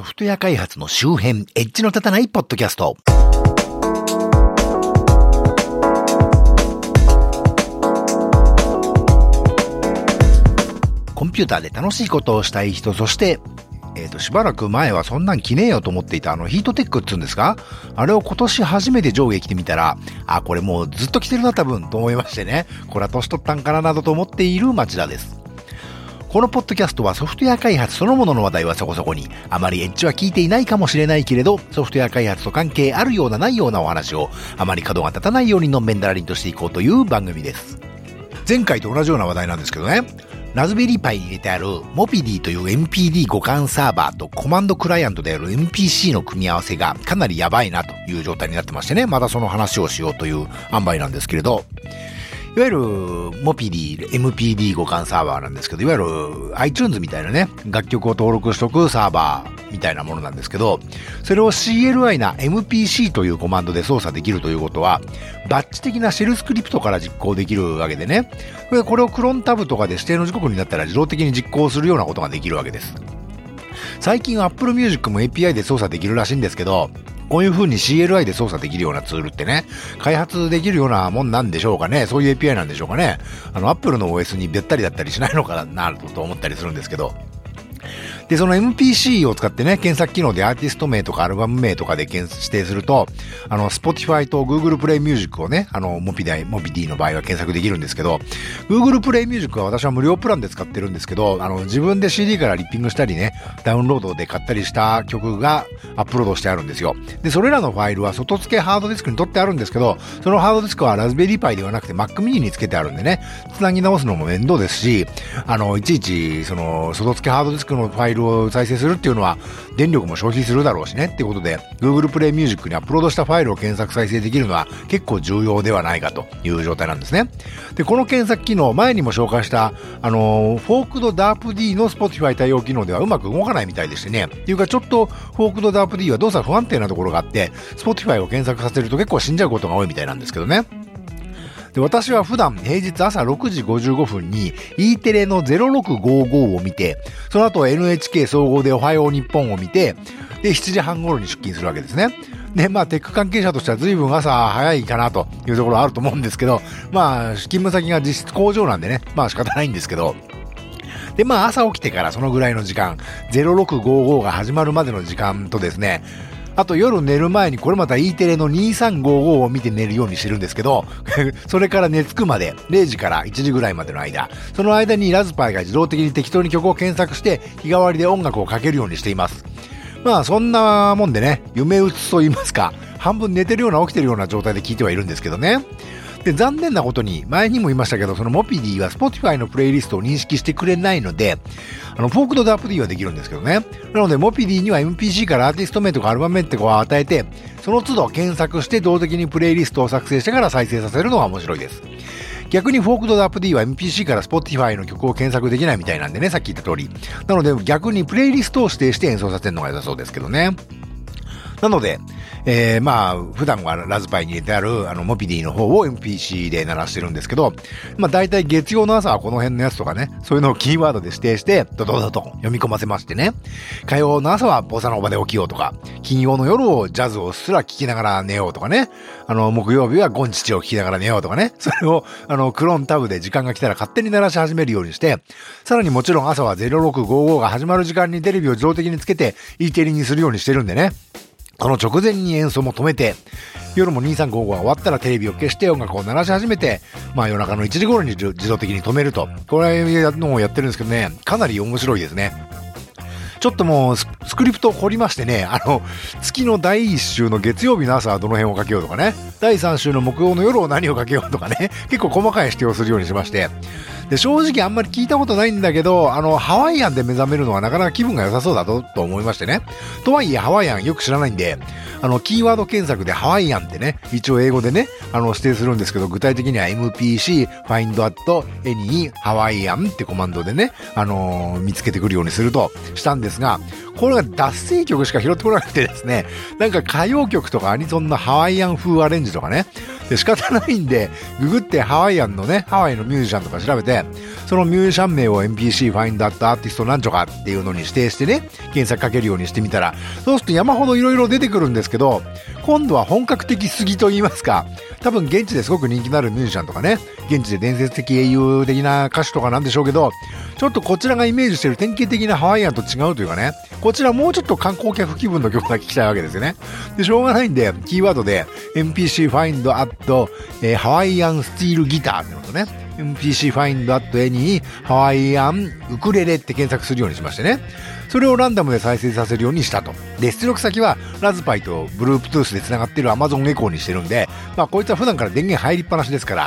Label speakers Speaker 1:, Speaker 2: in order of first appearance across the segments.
Speaker 1: ソフトウェア開発の周辺、エッジの立たないポッドキャスト。コンピューターで楽しいことをしたい人、そして、しばらく前はそんなん着ねえよと思っていたヒートテックって言うんですか？あれを今年初めて上下着てみたら、これもうずっと着てるな多分と思いましてね。これは年取ったんかななどと思っている町田です。このポッドキャストはソフトウェア開発そのものの話題はそこそこに、あまりエッジは聞いていないかもしれないけれど、ソフトウェア開発と関係あるようなないようなお話を、あまり角が立たないようにのんべんだらりんとしていこうという番組です。前回と同じような話題なんですけどね、ラズベリーパイに入れてあるモピディという MPD 互換サーバーとコマンドクライアントである MPC の組み合わせがかなりやばいなという状態になってましてね、またその話をしようという塩梅なんですけれど、いわゆるモピディ、MPD 互換サーバーなんですけど、いわゆる iTunes みたいなね、楽曲を登録しとくサーバーみたいなものなんですけど、それを CLI な MPC というコマンドで操作できるということは、バッチ的なシェルスクリプトから実行できるわけでね、これをクロンタブとかで指定の時刻になったら自動的に実行するようなことができるわけです。最近は Apple Music も API で操作できるらしいんですけど、こういう風に CLI で操作できるようなツールってね、開発できるようなもんなんでしょうかね。そういう API なんでしょうかね。Apple の OS にべったりだったりしないのかなと思ったりするんですけど。で、その MPC を使ってね、検索機能でアーティスト名とかアルバム名とかで指定すると、Spotify と Google Play Music をね、モピディの場合は検索できるんですけど、Google Play Music は私は無料プランで使ってるんですけど、自分で CD からリッピングしたりね、ダウンロードで買ったりした曲がアップロードしてあるんですよ。で、それらのファイルは外付けハードディスクに取ってあるんですけど、そのハードディスクはラズベリーパイではなくて Mac mini につけてあるんでね、繋ぎ直すのも面倒ですし、いちいち、外付けハードディスクのファイルを再生するっていうのは電力も消費するだろうしねっていうことで Google Play Music にアップロードしたファイルを検索再生できるのは結構重要ではないかという状態なんですね。で、この検索機能、前にも紹介したフォークド DARPD の Spotify 対応機能ではうまく動かないみたいでしてね、っていうかちょっとフォークド DARPD は動作不安定なところがあって Spotify を検索させると結構死んじゃうことが多いみたいなんですけどね。で、私は普段平日朝6時55分に E テレの0655を見て、その後 NHK 総合でおはよう日本を見て、で、7時半頃に出勤するわけですね。で、テック関係者としては随分朝早いかなというところあると思うんですけど、勤務先が実質工場なんでね、仕方ないんですけど、で、朝起きてからそのぐらいの時間、0655が始まるまでの時間とですね、あと夜寝る前にこれまた E テレの2355を見て寝るようにしてるんですけど、それから寝つくまで0時から1時ぐらいまでの間、その間にラズパイが自動的に適当に曲を検索して日替わりで音楽をかけるようにしています。そんなもんでね、夢うつと言いますか、半分寝てるような起きてるような状態で聞いてはいるんですけどね。で、残念なことに、前にも言いましたけど、そのモピディは Spotify のプレイリストを認識してくれないので、フォークド DARPD はできるんですけどね。なので、モピディには MPC からアーティスト名とかアルバム名ってを与えて、その都度検索して動的にプレイリストを作成してから再生させるのが面白いです。逆にフォークド DARPD は MPC から Spotify の曲を検索できないみたいなんでね、さっき言った通り。なので、逆にプレイリストを指定して演奏させるのが良さそうですけどね。なので、普段はラズパイに入れてあるモピディの方を MPC で鳴らしてるんですけど、大体月曜の朝はこの辺のやつとかね、そういうのをキーワードで指定して、ドドドと読み込ませましてね、火曜の朝はボサノバで起きようとか、金曜の夜をジャズをすら聴きながら寝ようとかね、木曜日はゴンチチを聴きながら寝ようとかね、それをクローンタブで時間が来たら勝手に鳴らし始めるようにして、さらにもちろん朝は0655が始まる時間にテレビを自動的につけて E テレにするようにしてるんでね、その直前に演奏も止めて、夜も2355が終わったらテレビを消して音楽を鳴らし始めて、夜中の1時頃に自動的に止めると。これのをやってるんですけどね、かなり面白いですね。ちょっともうスクリプトを凝りましてね、月の第1週の月曜日の朝はどの辺をかけようとかね、第3週の木曜の夜を何をかけようとかね、結構細かい指定をするようにしまして、で、正直あんまり聞いたことないんだけど、ハワイアンで目覚めるのはなかなか気分が良さそうだと思いましてね。とはいえハワイアンよく知らないんで、キーワード検索でハワイアンってね、一応英語でね、指定するんですけど、具体的には MPC find at any ハワイアンってコマンドでね、見つけてくるようにするとしたんですが、これが脱声曲しか拾ってこなくてですね、なんか歌謡曲とかアニソンのハワイアン風アレンジとかね、 で、仕方ないんで、ググってハワイのミュージシャンとか調べて、そのミュージシャン名を MPC ファインドアットアーティストなんちょかっていうのに指定してね、検索かけるようにしてみたら、そうすると山ほどいろいろ出てくるんですけど、今度は本格的すぎと言いますか、多分現地ですごく人気のあるミュージシャンとかね、現地で伝説的英雄的な歌手とかなんでしょうけど、ちょっとこちらがイメージしている典型的なハワイアンと違うというかね、こちらもうちょっと観光客気分の曲が聴きたいわけですよね。で、しょうがないんで、キーワードで MPC ファインドアットハワイアンスティールギターってのとね、MPC ファインドアットにハワイアンウクレレって検索するようにしましてね。それをランダムで再生させるようにしたと。で、出力先はラズパイと Bluetooth で繋がっている Amazon Echo にしてるんで、まあこいつは普段から電源入りっぱなしですから、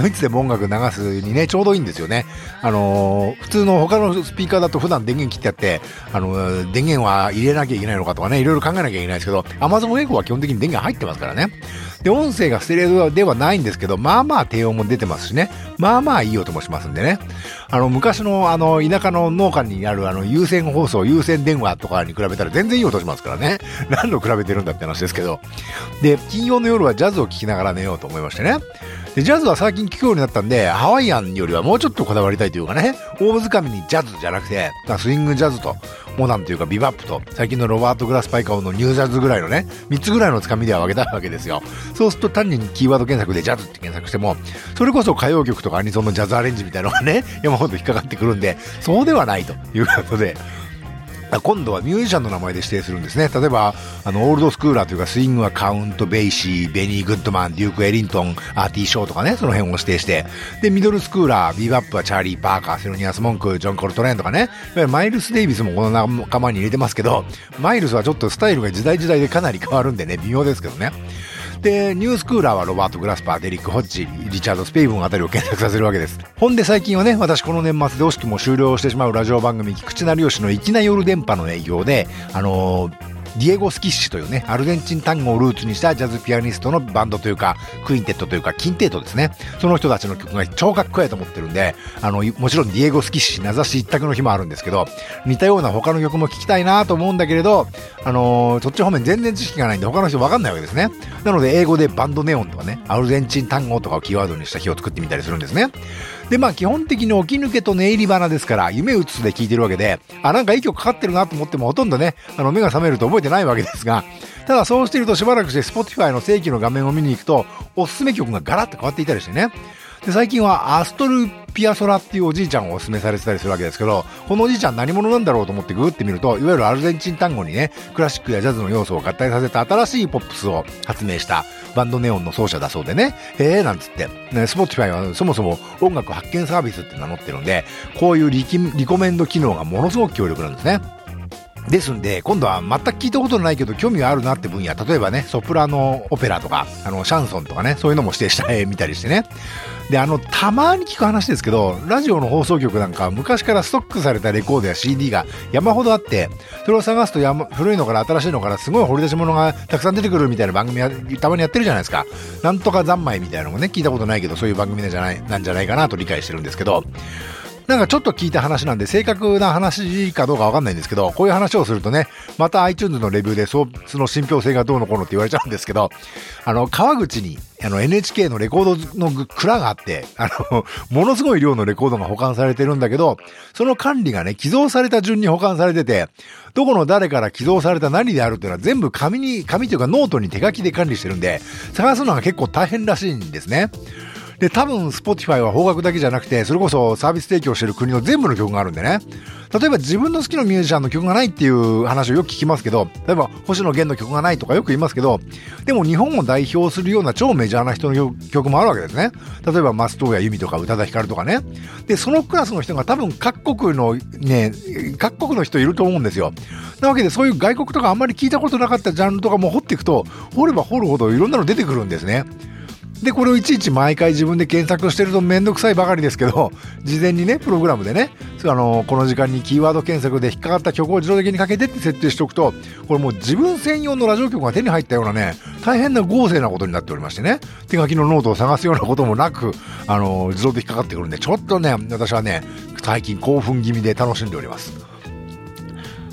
Speaker 1: いつでも音楽流すにね、ちょうどいいんですよね。普通の他のスピーカーだと普段電源切ってやって、電源は入れなきゃいけないのかとかね、いろいろ考えなきゃいけないですけど、Amazon Echo は基本的に電源入ってますからね。で、音声がステレオではないんですけど、まあまあ低音も出てますしね、まあまあいい音もしますんでね。昔の田舎の農家にある有線放送、有線電話とかに比べたら全然いい音しますからね。何度比べてるんだって話ですけど。で、金曜の夜はジャズを聴きながら寝ようと思いましてね。で、ジャズは最近聴くようになったんで、ハワイアンよりはもうちょっとこだわりたいというかね、大掴みにジャズじゃなくて、スイングジャズと、モダンというかビバップと、最近のロバート・グラスパイカオのニュージャズぐらいのね、3つぐらいの掴みでは分けたいわけですよ。そうすると単にキーワード検索でジャズって検索しても、それこそ歌謡曲とかアニソンのジャズアレンジみたいなのがね、山ほど引っかかってくるんで、そうではないということで、今度はミュージシャンの名前で指定するんですね。例えば、オールドスクーラーというか、スイングはカウント・ベイシー、ベニー・グッドマン、デューク・エリントン、アーティー・ショーとかね、その辺を指定して、で、ミドルスクーラー、ビーバップはチャーリー・パーカー、セロニアス・モンク、ジョン・コルトレーンとかね、いわゆるマイルス・デイビスもこの仲間に入れてますけど、マイルスはちょっとスタイルが時代時代でかなり変わるんでね、微妙ですけどね。で、ニュースクーラーはロバート・グラスパー、デリック・ホッジ、リチャード・スペイブンあたりを検索させるわけです。ほんで最近はね、私この年末で惜しくも終了してしまうラジオ番組、菊池成吉の粋な夜電波の営業で、ディエゴ・スキッシュというね、アルゼンチン単語をルーツにしたジャズピアニストのバンドというか、クインテットというか、キンテートですね。その人たちの曲が超かっこいいと思ってるんで、もちろんディエゴ・スキッシュ、名指し一択の日もあるんですけど、似たような他の曲も聴きたいなと思うんだけれど、そっち方面全然知識がないんで他の人わかんないわけですね。なので英語でバンドネオンとかね、アルゼンチン単語とかをキーワードにした日を作ってみたりするんですね。で、まあ基本的に起き抜けと寝入り花ですから、夢うつで聴いてるわけで、なんかいい曲かかってるなと思ってもほとんどね、目が覚めると覚えてないわけですが、ただそうしているとしばらくして Spotify の正規の画面を見に行くと、おすすめ曲がガラッと変わっていたりしてね。で、最近はアストル・ピアソラっていうおじいちゃんをお勧めされてたりするわけですけど、このおじいちゃん何者なんだろうと思ってグーって見ると、いわゆるアルゼンチン単語にね、クラシックやジャズの要素を合体させた新しいポップスを発明したバンドネオンの奏者だそうでね、なんつって、ね、Spotify はそもそも音楽発見サービスって名乗ってるんで、こういうリコメンド機能がものすごく強力なんですね。ですんで、今度は全く聞いたことないけど興味があるなって分野、例えばね、ソプラノオペラとか、シャンソンとかね、そういうのも指定してみたりしてね。で、たまに聞く話ですけど、ラジオの放送局なんか昔からストックされたレコードや CD が山ほどあって、それを探すと古いのから新しいのからすごい掘り出し物がたくさん出てくるみたいな番組はたまにやってるじゃないですか。なんとか三昧みたいなのもね、聞いたことないけど、そういう番組なんじゃないかなと理解してるんですけど、なんかちょっと聞いた話なんで正確な話かどうかわかんないんですけど、こういう話をするとね、また iTunes のレビューでその信憑性がどうのこうのって言われちゃうんですけど、川口にNHK のレコードの蔵があって、ものすごい量のレコードが保管されてるんだけど、その管理がね、寄贈された順に保管されてて、どこの誰から寄贈された何であるっていうのは全部紙というかノートに手書きで管理してるんで、探すのが結構大変らしいんですね。で、多分 Spotify は邦楽だけじゃなくて、それこそサービス提供してる国の全部の曲があるんでね。例えば自分の好きなミュージシャンの曲がないっていう話をよく聞きますけど、例えば星野源の曲がないとかよく言いますけど、でも日本を代表するような超メジャーな人の曲もあるわけですね。例えば松任谷由実とか宇多田ヒカルとかね。で、そのクラスの人が多分各国の人いると思うんですよ。なわけでそういう外国とかあんまり聞いたことなかったジャンルとかも掘っていくと、掘れば掘るほどいろんなの出てくるんですね。で、これをいちいち毎回自分で検索してるとめんどくさいばかりですけど、事前にね、プログラムでね、この時間にキーワード検索で引っかかった曲を自動的にかけてって設定しておくと、これもう自分専用のラジオ局が手に入ったようなね、大変な豪勢なことになっておりましてね、手書きのノートを探すようなこともなく、自動で引っかかってくるんで、ちょっとね、私はね、最近興奮気味で楽しんでおります。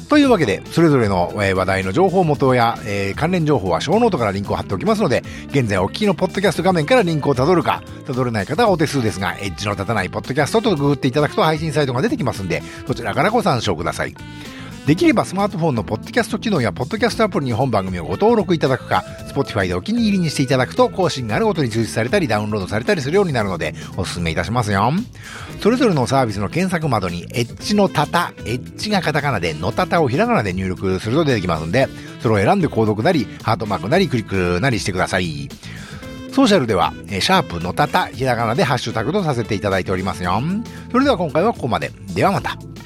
Speaker 1: というわけで、それぞれの話題の情報元や関連情報はショーノートからリンクを貼っておきますので、現在お聞きのポッドキャスト画面からリンクをたどるか、たどれない方はお手数ですが、エッジの立たないポッドキャストとググっていただくと配信サイトが出てきますんで、そちらからご参照ください。できればスマートフォンのポッドキャスト機能やポッドキャストアプリに本番組をご登録いただくか、Spotify でお気に入りにしていただくと更新があるごとに通知されたりダウンロードされたりするようになるのでお勧めいたしますよ。それぞれのサービスの検索窓にエッジのタタ、エッジがカタカナでのタタをひらがなで入力すると出てきますんで、それを選んで購読なりハートマークなりクリックなりしてください。ソーシャルではシャープのタタひらがなでハッシュタグとさせていただいておりますよ。それでは今回はここまで。ではまた。